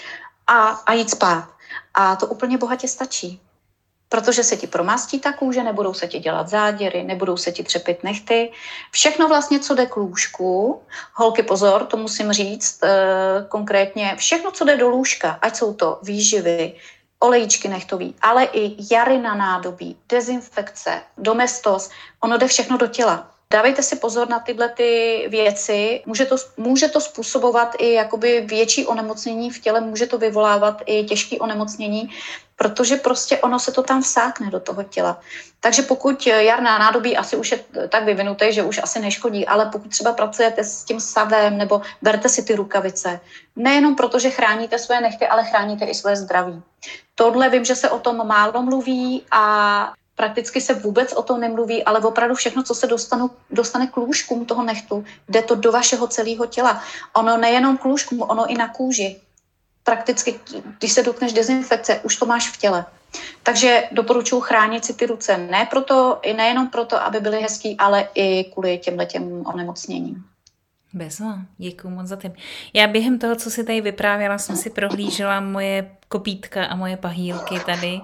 a jít spát. A to úplně bohatě stačí. Protože se ti promastí ta kůže, nebudou se ti dělat záděry, nebudou se ti třepit nehty. Všechno vlastně, co jde k lůžku, holky pozor, to musím říct konkrétně, všechno, co jde do lůžka, ať jsou to výživy, olejčky nechtový, ale i jary na nádobí, dezinfekce, domestos, ono jde všechno do těla. Dávejte si pozor na tyhle ty věci. Může to způsobovat i jakoby větší onemocnění v těle, může to vyvolávat i těžké onemocnění, protože prostě ono se to tam vsákne do toho těla. Takže pokud jarná nádobí asi už je tak vyvinutý, že už asi neškodí, ale pokud třeba pracujete s tím savem nebo berte si ty rukavice, nejenom proto, že chráníte své nehty, ale chráníte i své zdraví. Tohle vím, že se o tom málo mluví a prakticky se vůbec o tom nemluví, ale opravdu všechno, co se dostane k lůžkům toho nehtu, jde to do vašeho celého těla. Ono nejenom k lůžkům, ono i na kůži. Prakticky, když se dotkneš dezinfekce, už to máš v těle. Takže doporučuji chránit si ty ruce nejenom proto, aby byly hezký, ale i kvůli těmhletěm onemocněním. Bezva, děkuju moc za tým. Já během toho, co si tady vyprávěla, jsem si prohlížela moje kopítka a moje pahýlky tady.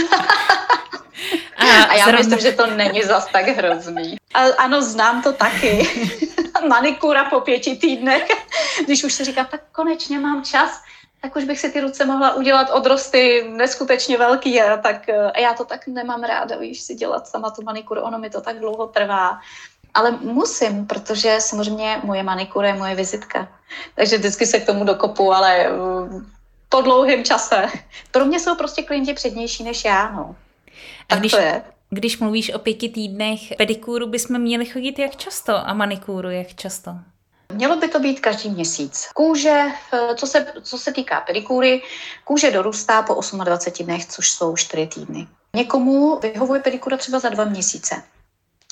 A já myslím, že to není zas tak hrozný. Ano, znám to taky. Manikura po 5 týdnech. Když už se říká, tak konečně mám čas, tak už bych si ty ruce mohla udělat odrosty neskutečně velký. A já to tak nemám ráda, víš, si dělat sama tu manikuru. Ono mi to tak dlouho trvá. Ale musím, protože samozřejmě moje manikura je moje vizitka. Takže vždycky se k tomu dokopu, ale po dlouhém čase. Pro mě jsou prostě klienti přednější než já, no. A když mluvíš o 5 týdnech, pedikúru bychom měli chodit jak často a manikúru jak často? Mělo by to být každý měsíc. Kůže, co se týká pedikúry, kůže dorůstá po 28 dnech, což jsou 4 týdny. Někomu vyhovuje pedikura třeba za 2 měsíce.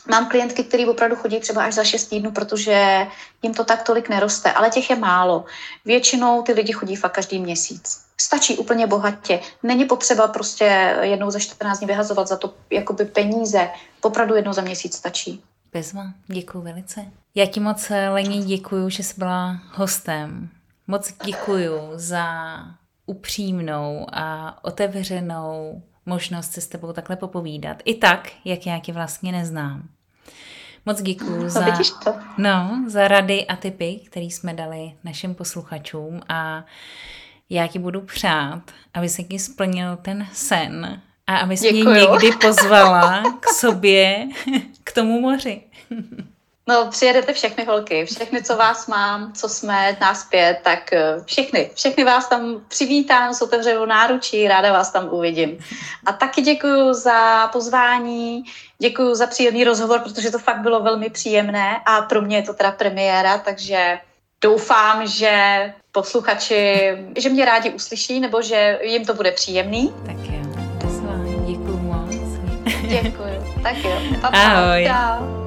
Mám klientky, které opravdu chodí třeba až za 6 týdnů, protože jim to tak tolik neroste, ale těch je málo. Většinou ty lidi chodí fakt každý měsíc. Stačí úplně bohatě. Není potřeba prostě jednou za 14 dní vyhazovat za to jakoby peníze. Opravdu jednou za měsíc stačí. Bezva, děkuju velice. Já ti moc, Leni, děkuju, že jsi byla hostem. Moc děkuju za upřímnou a otevřenou možnost se s tebou takhle popovídat. I tak, jak já tě vlastně neznám. Moc děkuju za rady a tipy, které jsme dali našim posluchačům a já ti budu přát, aby se ti splnil ten sen a aby jsi mě někdy pozvala k sobě, k tomu moři. No, přijedete všechny holky, všechny, co vás mám, co jsme nás 5, tak všechny vás tam přivítám s otevřenou náručí, ráda vás tam uvidím. A taky děkuju za pozvání, děkuju za příjemný rozhovor, protože to fakt bylo velmi příjemné a pro mě je to teda premiéra, takže doufám, že posluchači, že mě rádi uslyší, nebo že jim to bude příjemný. Tak jo, děkuju moc. Děkuju, tak jo. Ahoj. Čau.